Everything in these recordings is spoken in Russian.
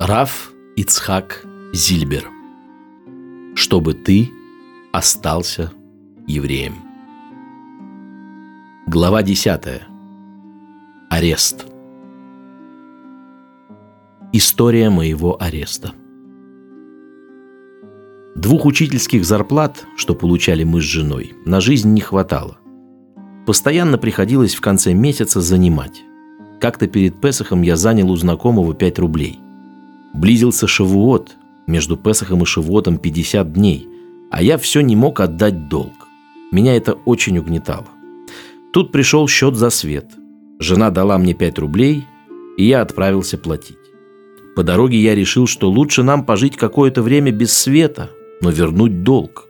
Раф Ицхак Зильбер. Чтобы ты остался евреем. Глава 10. Арест. История моего ареста. 2 учительских зарплат, что получали мы с женой, на жизнь не хватало. Постоянно приходилось в конце месяца занимать. Как-то перед Песахом я занял у знакомого 5 рублей. Близился Шавуот, между Песахом и Шавуотом 50 дней, а я все не мог отдать долг. Меня это очень угнетало. Тут пришел счет за свет. Жена дала мне 5 рублей, и я отправился платить. По дороге я решил, что лучше нам пожить какое-то время без света, но вернуть долг.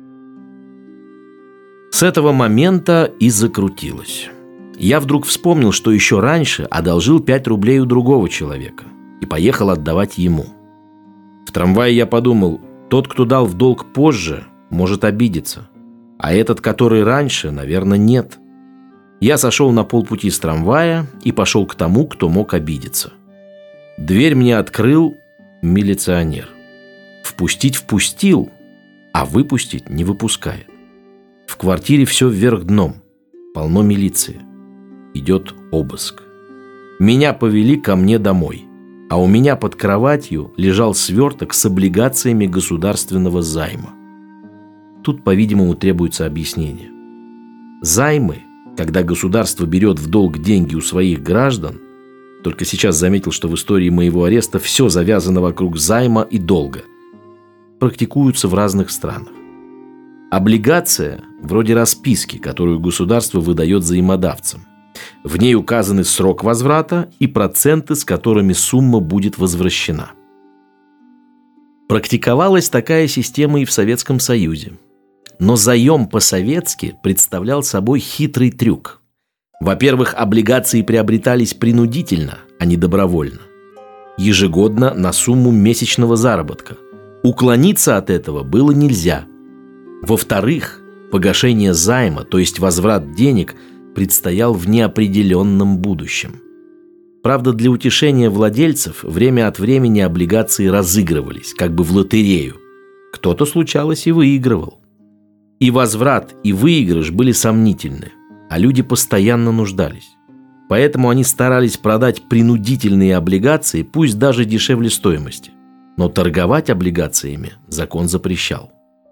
С этого момента и закрутилось. Я вдруг вспомнил, что еще раньше одолжил 5 рублей у другого человека и поехал отдавать ему. В трамвае я подумал, тот, кто дал в долг позже, может обидеться, а этот, который раньше, наверное, нет. Я сошел на полпути с трамвая и пошел к тому, кто мог обидеться. Дверь мне открыл милиционер. Впустить впустил, а выпустить не выпускает. В квартире все вверх дном, полно милиции. Идет обыск. Меня повели ко мне домой, а у меня под кроватью лежал сверток с облигациями государственного займа. Тут, по-видимому, требуется объяснение. Займы, когда государство берет в долг деньги у своих граждан, только сейчас заметил, что в истории моего ареста все завязано вокруг займа и долга, практикуются в разных странах. Облигация вроде расписки, которую государство выдает взаимодавцам. В ней указаны срок возврата и проценты, с которыми сумма будет возвращена. Практиковалась такая система и в Советском Союзе. Но заем по-советски представлял собой хитрый трюк. Во-первых, облигации приобретались принудительно, а не добровольно. Ежегодно на сумму месячного заработка. Уклониться от этого было нельзя. Во-вторых, погашение займа, то есть возврат денег, предстоял в неопределенном будущем. Правда, для утешения владельцев время от времени облигации разыгрывались, как бы в лотерею. Кто-то, случалось, и выигрывал. И возврат, и выигрыш были сомнительны, а люди постоянно нуждались. Поэтому они старались продать принудительные облигации, пусть даже дешевле стоимости. Но торговать облигациями закон запрещал.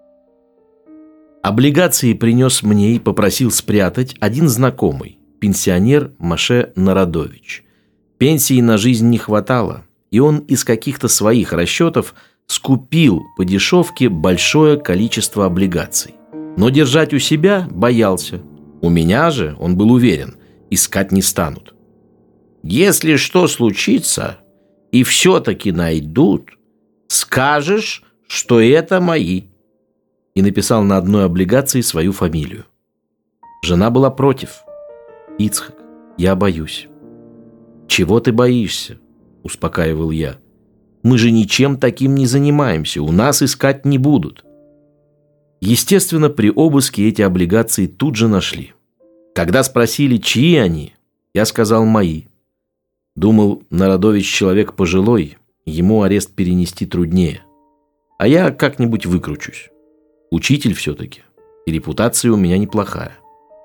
Облигации принес мне и попросил спрятать один знакомый, пенсионер Моше Народович. Пенсии на жизнь не хватало, и он из каких-то своих расчетов скупил по дешевке большое количество облигаций. Но держать у себя боялся. У меня же, он был уверен, искать не станут. «Если что случится, и все-таки найдут, скажешь, что это мои». И написал на одной облигации свою фамилию. Жена была против. «Ицхак, я боюсь». «Чего ты боишься?» – успокаивал я. «Мы же ничем таким не занимаемся, у нас искать не будут». Естественно, при обыске эти облигации тут же нашли. Когда спросили, чьи они, я сказал «мои». Думал, Народович человек пожилой, ему арест перенести труднее. А я как-нибудь выкручусь. Учитель все-таки, и репутация у меня неплохая.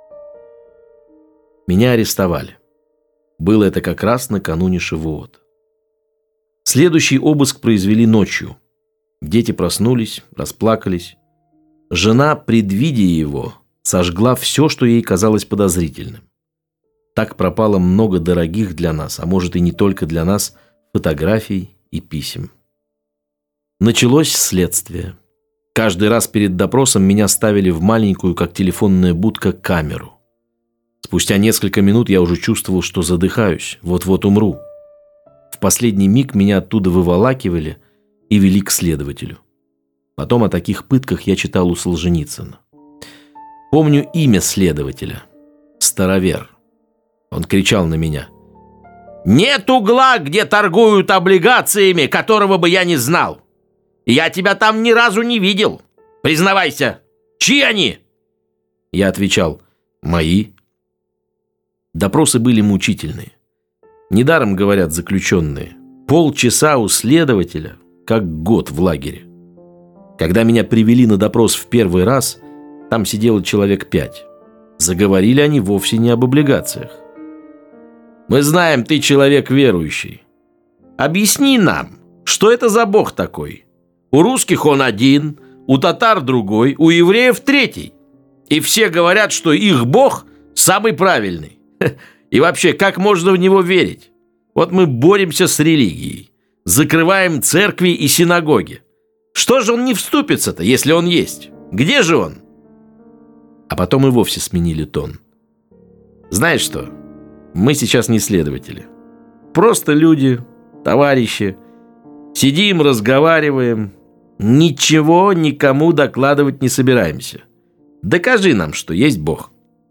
Меня арестовали. Было это как раз накануне Шавуота. Следующий обыск произвели ночью. Дети проснулись, расплакались. Жена, предвидя его, сожгла все, что ей казалось подозрительным. Так пропало много дорогих для нас, а может и не только для нас, фотографий и писем. Началось следствие. Каждый раз перед допросом меня ставили в маленькую, как телефонная будка, камеру. Спустя несколько минут я уже чувствовал, что задыхаюсь, вот-вот умру. В последний миг меня оттуда выволакивали и вели к следователю. Потом о таких пытках я читал у Солженицына. Помню имя следователя – Старовер. Он кричал на меня: «Нет угла, где торгуют облигациями, которого бы я не знал. Я тебя там ни разу не видел. Признавайся, чьи они?» Я отвечал: «Мои». Допросы были мучительные. Недаром говорят заключенные: Полчаса у следователя, как год в лагере. Когда меня привели на допрос в первый раз, там сидело человек 5. Заговорили они вовсе не об облигациях. «Мы знаем, ты человек верующий. Объясни нам, что это за бог такой? У русских он один, у татар другой, у евреев третий. И все говорят, что их бог самый правильный. И вообще, как можно в него верить? Вот мы боремся с религией, закрываем церкви и синагоги. Что же он не вступится-то, если он есть? Где же он?» А потом и вовсе сменили тон. «Знаешь что? Мы сейчас не следователи. Просто люди, товарищи. Сидим, разговариваем. Ничего никому докладывать не собираемся. Докажи нам, что есть Бог».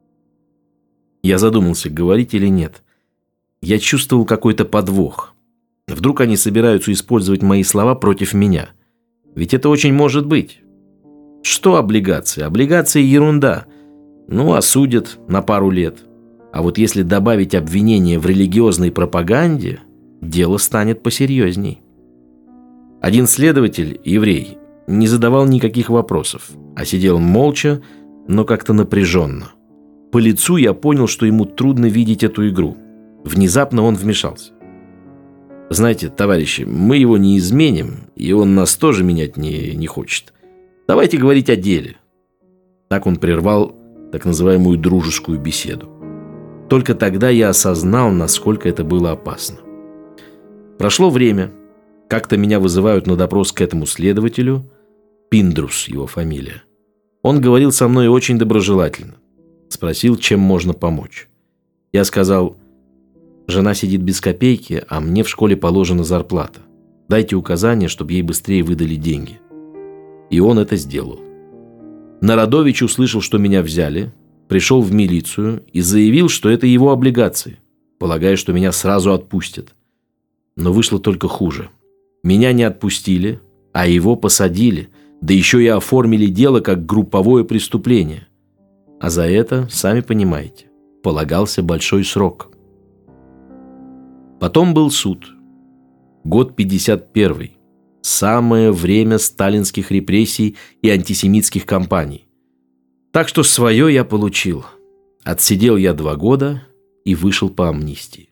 Я задумался, говорить или нет. Я чувствовал какой-то подвох. Вдруг они собираются использовать мои слова против меня. Ведь это очень может быть. Что облигации? Облигации ерунда. Ну, осудят на пару лет. А вот если добавить обвинение в религиозной пропаганде, дело станет посерьезней. Один следователь, еврей, не задавал никаких вопросов, а сидел молча, но как-то напряженно. По лицу я понял, что ему трудно видеть эту игру. Внезапно он вмешался. «Знаете, товарищи, мы его не изменим, и он нас тоже менять не хочет. Давайте говорить о деле». Так он прервал так называемую дружескую беседу. Только тогда я осознал, насколько это было опасно. Прошло время. Как-то меня вызывают на допрос к этому следователю. Пиндрус его фамилия. Он говорил со мной очень доброжелательно. Спросил, чем можно помочь. Я сказал: «Жена сидит без копейки, а мне в школе положена зарплата. Дайте указание, чтобы ей быстрее выдали деньги». И он это сделал. Народович услышал, что меня взяли, пришел в милицию и заявил, что это его облигации, полагая, что меня сразу отпустят. Но вышло только хуже. Меня не отпустили, а его посадили, да еще и оформили дело как групповое преступление. А за это, сами понимаете, полагался большой срок. Потом был суд. Год 51-й. Самое время сталинских репрессий и антисемитских кампаний. Так что свое я получил. Отсидел я 2 года и вышел по амнистии.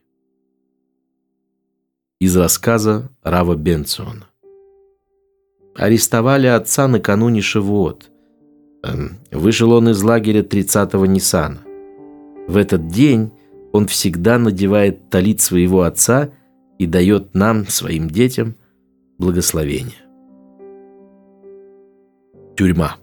Из рассказа Рава Бенциона. Арестовали отца накануне Шавуот. Вышел он из лагеря 30-го Ниссана. В этот день он всегда надевает талит своего отца и дает нам, своим детям, благословение. Тюрьма.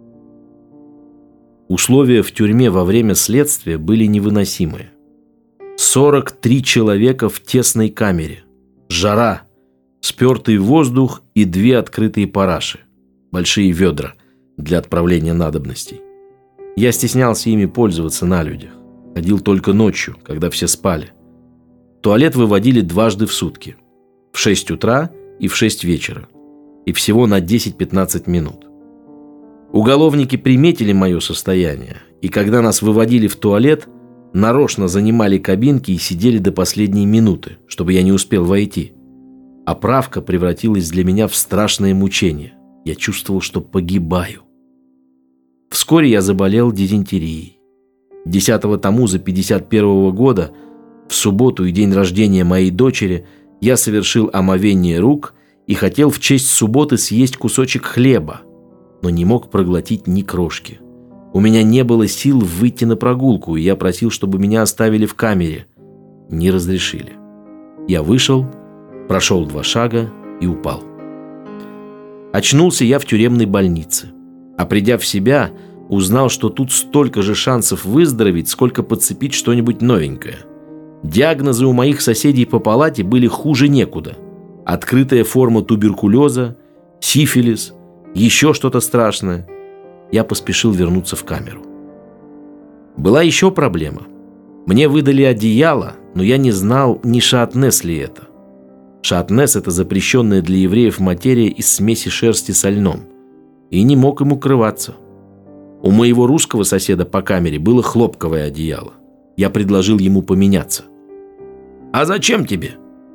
Условия в тюрьме во время следствия были невыносимые. 43 человека в тесной камере. Жара, спертый воздух и 2 открытые параши. Большие ведра для отправления надобностей. Я стеснялся ими пользоваться на людях. Ходил только ночью, когда все спали. Туалет выводили дважды в сутки. В 6 утра и в 6 вечера. И всего на 10-15 минут. Уголовники приметили мое состояние, и когда нас выводили в туалет, нарочно занимали кабинки и сидели до последней минуты, чтобы я не успел войти. Оправка превратилась для меня в страшное мучение. Я чувствовал, что погибаю. Вскоре я заболел дизентерией. 10 Тамуза 51 года, в субботу и день рождения моей дочери, я совершил омовение рук и хотел в честь субботы съесть кусочек хлеба, но не мог проглотить ни крошки. У меня не было сил выйти на прогулку, и я просил, чтобы меня оставили в камере. Не разрешили. Я вышел, прошел 2 шага и упал. Очнулся я в тюремной больнице, а придя в себя, узнал, что тут столько же шансов выздороветь, сколько подцепить что-нибудь новенькое. Диагнозы у моих соседей по палате были хуже некуда. Открытая форма туберкулеза, сифилис, еще что-то страшное. Я поспешил вернуться в камеру. Была еще проблема. Мне выдали одеяло, но я не знал, не шаатнес ли это. Шаатнес – это запрещенная для евреев материя из смеси шерсти со льном. И не мог им укрываться. У моего русского соседа по камере было хлопковое одеяло. Я предложил ему поменяться. «А зачем тебе?»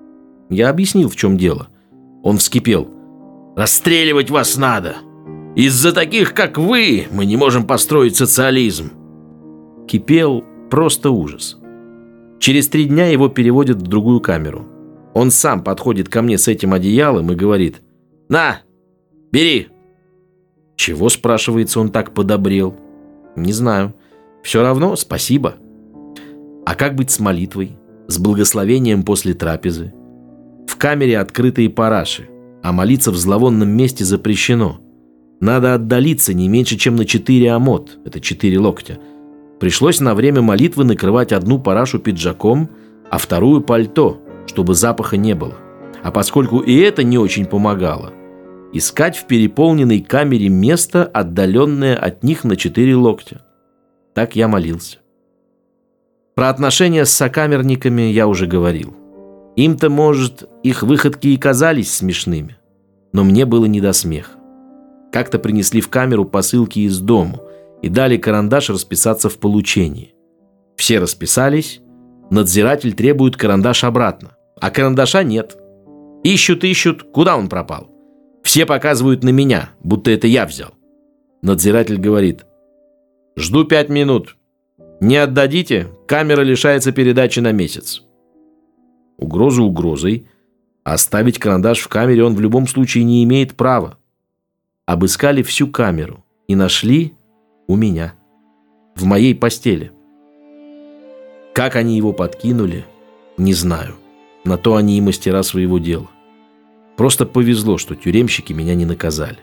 Я объяснил, в чем дело. Он вскипел. «Расстреливать вас надо! Из-за таких, как вы, мы не можем построить социализм!» Кипел просто ужас. Через 3 дня его переводят в другую камеру. Он сам подходит ко мне с этим одеялом и говорит: «На, бери!» Чего, спрашивается, он так подобрел? Не знаю. Все равно спасибо. А как быть с молитвой? С благословением после трапезы? В камере открытые параши, а молиться в зловонном месте запрещено. Надо отдалиться не меньше, чем на 4 амот, это 4 локтя. Пришлось на время молитвы накрывать одну парашу пиджаком, а вторую пальто, чтобы запаха не было. А поскольку и это не очень помогало, искать в переполненной камере место, отдаленное от них на 4 локтя. Так я молился. Про отношения с сокамерниками я уже говорил. Им-то, может, их выходки и казались смешными, но мне было не до смеха. Как-то принесли в камеру посылки из дому и дали карандаш расписаться в получении. Все расписались, надзиратель требует карандаш обратно, а карандаша нет. Ищут, куда он пропал? Все показывают на меня, будто это я взял. Надзиратель говорит: «Жду 5 минут. Не отдадите, камера лишается передачи на месяц». Угроза угрозой, а оставить карандаш в камере он в любом случае не имеет права. Обыскали всю камеру и нашли у меня, в моей постели. Как они его подкинули, не знаю. На то они и мастера своего дела. Просто повезло, что тюремщики меня не наказали.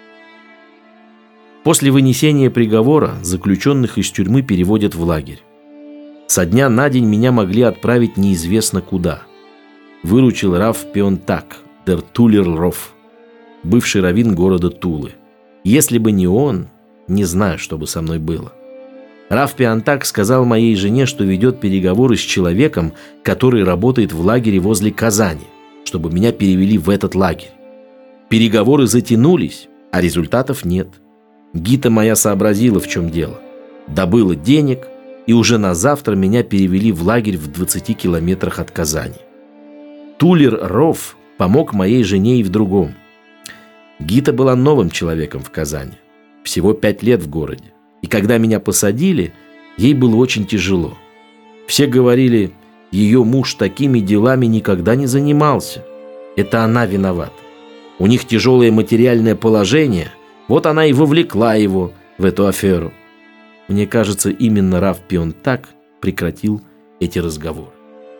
После вынесения приговора заключенных из тюрьмы переводят в лагерь. Со дня на день меня могли отправить неизвестно куда. Выручил Рав Пионтак, дер Тулер Ров, бывший раввин города Тулы. Если бы не он, не знаю, что бы со мной было. Рав Пионтак сказал моей жене, что ведет переговоры с человеком, который работает в лагере возле Казани, чтобы меня перевели в этот лагерь. Переговоры затянулись, а результатов нет. Гита моя сообразила, в чем дело. Добыла денег, и уже на завтра меня перевели в лагерь в 20 километрах от Казани. Тулер Ров помог моей жене и в другом. Гита была новым человеком в Казани, всего 5 лет в городе. И когда меня посадили, ей было очень тяжело. Все говорили: ее муж такими делами никогда не занимался. Это она виновата. У них тяжелое материальное положение, вот она и вовлекла его в эту аферу. Мне кажется, именно Рав Пионтак прекратил эти разговоры.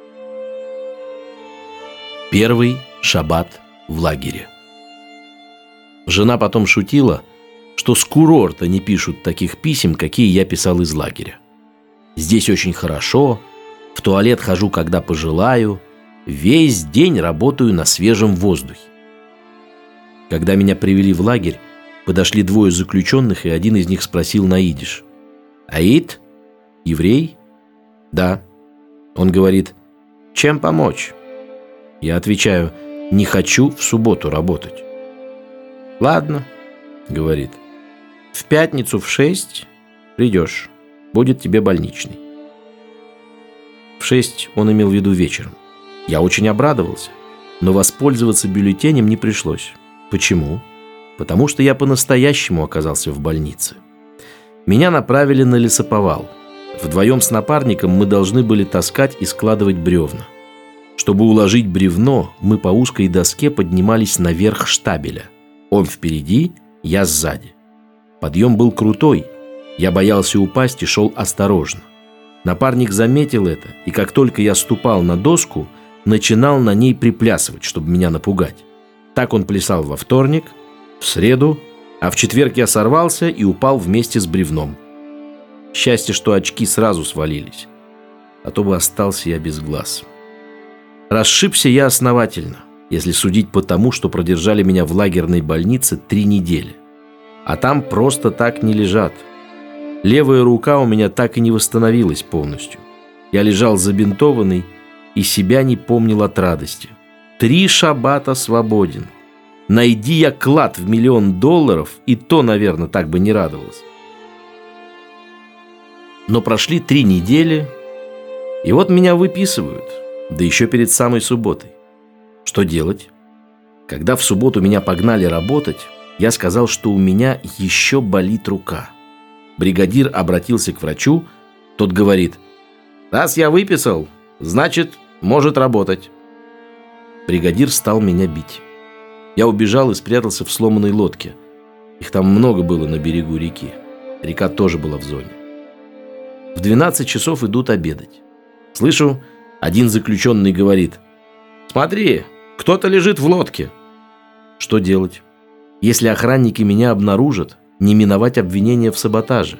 Первый шаббат в лагере. Жена потом шутила, что с курорта не пишут таких писем, какие я писал из лагеря. Здесь очень хорошо, в туалет хожу, когда пожелаю, весь день работаю на свежем воздухе. Когда меня привели в лагерь, подошли 2 заключенных, и один из них спросил на идиш: «Аид? Еврей?» «Да». Он говорит: «Чем помочь?» Я отвечаю: «Не хочу в субботу работать». «Ладно», — говорит, «в пятницу в 6 придешь, будет тебе больничный». В 6 он имел в виду вечером. Я очень обрадовался, но воспользоваться бюллетенем не пришлось. Почему? Потому что я по-настоящему оказался в больнице. Меня направили на лесоповал. Вдвоем с напарником мы должны были таскать и складывать бревна. Чтобы уложить бревно, мы по узкой доске поднимались наверх штабеля. Он впереди, я сзади. Подъем был крутой. Я боялся упасть и шел осторожно. Напарник заметил это, и как только я ступал на доску, начинал на ней приплясывать, чтобы меня напугать. Так он плясал во вторник, в среду, а в четверг я сорвался и упал вместе с бревном. Счастье, что очки сразу свалились, а то бы остался я без глаз. Расшибся я основательно, если судить по тому, что продержали меня в лагерной больнице 3 недели. А там просто так не лежат. Левая рука у меня так и не восстановилась полностью. Я лежал забинтованный и себя не помнил от радости. 3 шаббата свободен. Найди я клад в $1 миллион, и то, наверное, так бы не радовался. Но прошли 3 недели, и вот меня выписывают, да еще перед самой субботой. Что делать? Когда в субботу меня погнали работать, я сказал, что у меня еще болит рука. Бригадир обратился к врачу, тот говорит: «Раз я выписал, значит, может работать». Бригадир стал меня бить. Я убежал и спрятался в сломанной лодке. Их там много было на берегу реки. Река тоже была в зоне. В 12 часов идут обедать. Слышу, один заключенный говорит: «Смотри, кто-то лежит в лодке». Что делать? Если охранники меня обнаружат, не миновать обвинения в саботаже.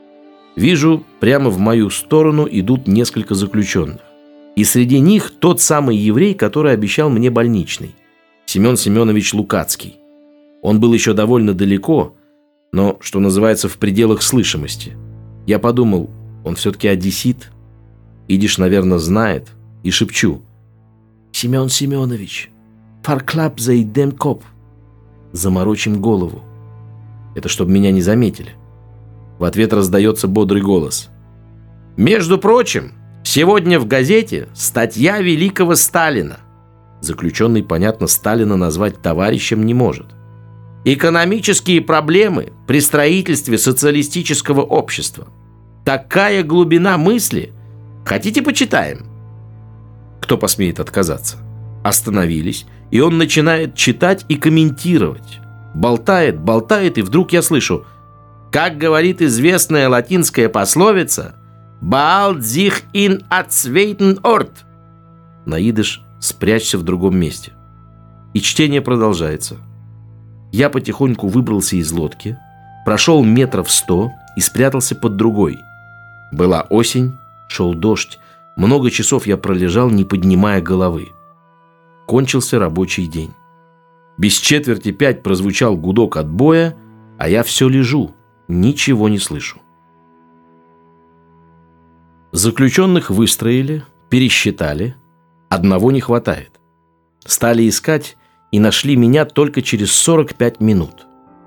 Вижу, прямо в мою сторону идут несколько заключенных. И среди них тот самый еврей, который обещал мне больничный. Семен Семенович Лукацкий. Он был еще довольно далеко, но, что называется, в пределах слышимости. Я подумал, он все-таки одессит. Идиш, наверное, знает. И шепчу: «Семен Семенович, фарклап заидем коп». Заморочим голову. Это чтобы меня не заметили. В ответ раздается бодрый голос: «Между прочим, сегодня в газете статья великого Сталина». Заключенный, понятно, Сталина назвать товарищем не может. «Экономические проблемы при строительстве социалистического общества. Такая глубина мысли. Хотите, почитаем?» Кто посмеет отказаться? Остановились, и он начинает читать и комментировать. Болтает, болтает, и вдруг я слышу: «Как говорит известная латинская пословица, «Bald sich in a zweiten Ort». На идиш «спрячься в другом месте». И чтение продолжается. Я потихоньку выбрался из лодки, прошел 100 метров и спрятался под другой. Была осень, шел дождь. Много часов я пролежал, не поднимая головы. Кончился рабочий день. Без 4:45 прозвучал гудок отбоя, а я все лежу, ничего не слышу. Заключенных выстроили, пересчитали. Одного не хватает. Стали искать и нашли меня только через 45 минут.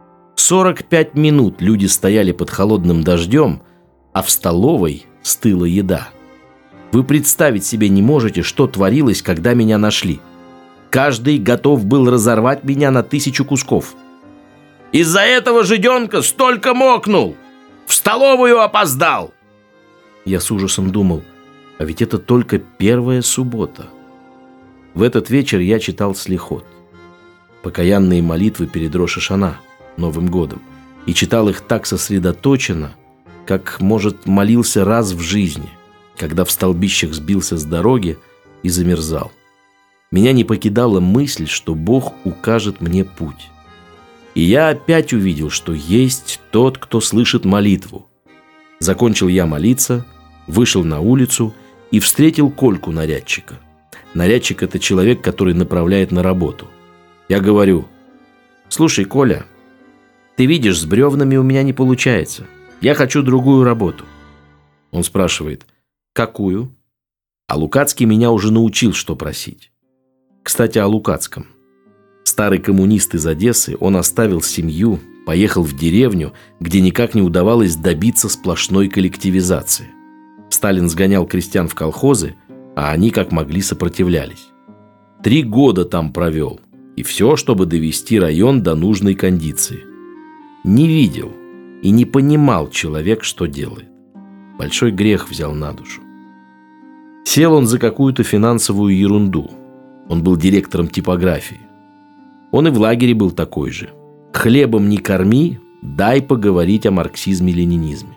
45 минут люди стояли под холодным дождем, а в столовой стыла еда. Вы представить себе не можете, что творилось, когда меня нашли. Каждый готов был разорвать меня на 1000 кусков. «Из-за этого жиденка столько мокнул! В столовую опоздал!» Я с ужасом думал, а ведь это только первая суббота. В этот вечер я читал слихот, покаянные молитвы перед Рош ха-Шана, Новым годом, и читал их так сосредоточенно, как, может, молился раз в жизни, когда в столбищах сбился с дороги и замерзал. Меня не покидала мысль, что Бог укажет мне путь. И я опять увидел, что есть тот, кто слышит молитву. Закончил я молиться, вышел на улицу и встретил Кольку, нарядчика. Нарядчик – это человек, который направляет на работу. Я говорю: «Слушай, Коля, ты видишь, с бревнами у меня не получается. Я хочу другую работу». Он спрашивает: «Какую?» А Лукацкий меня уже научил, что просить. Кстати, о Лукацком. Старый коммунист из Одессы, он оставил семью, поехал в деревню, где никак не удавалось добиться сплошной коллективизации. Сталин сгонял крестьян в колхозы, а они как могли сопротивлялись. 3 года там провел, и все, чтобы довести район до нужной кондиции. Не видел и не понимал человек, что делает. Большой грех взял на душу. Сел он за какую-то финансовую ерунду. Он был директором типографии. Он и в лагере был такой же. Хлебом не корми, дай поговорить о марксизме-ленинизме.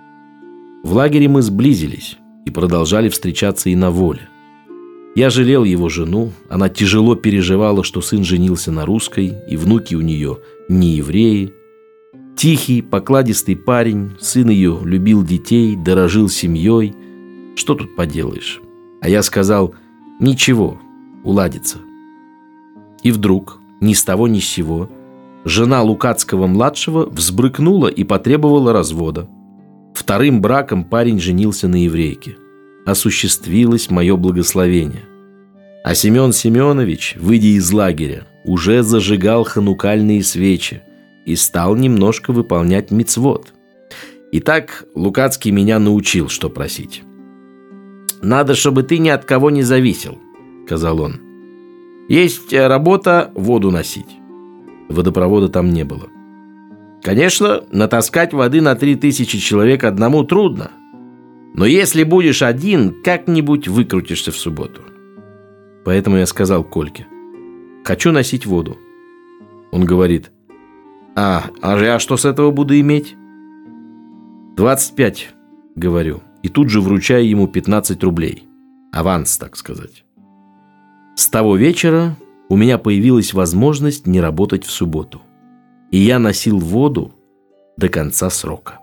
В лагере мы сблизились и продолжали встречаться и на воле. Я жалел его жену, она тяжело переживала, что сын женился на русской, и внуки у нее не евреи. Тихий, покладистый парень, сын ее любил детей, дорожил семьей. Что тут поделаешь? А я сказал: «Ничего, уладится». И вдруг, ни с того ни с сего, жена Лукацкого-младшего взбрыкнула и потребовала развода. 2-м браком парень женился на еврейке. Осуществилось мое благословение. А Семен Семенович, выйдя из лагеря, уже зажигал ханукальные свечи и стал немножко выполнять мицвот. Итак, Лукацкий меня научил, что просить. «Надо, чтобы ты ни от кого не зависел», — сказал он. Есть работа воду носить. Водопровода там не было. Конечно, натаскать воды на 3000 человек одному трудно. Но если будешь один, как-нибудь выкрутишься в субботу. Поэтому я сказал Кольке: хочу носить воду. Он говорит: а я что с этого буду иметь? 25, говорю. И тут же вручаю ему 15 рублей. Аванс, так сказать. С того вечера у меня появилась возможность не работать в субботу. И я носил воду до конца срока.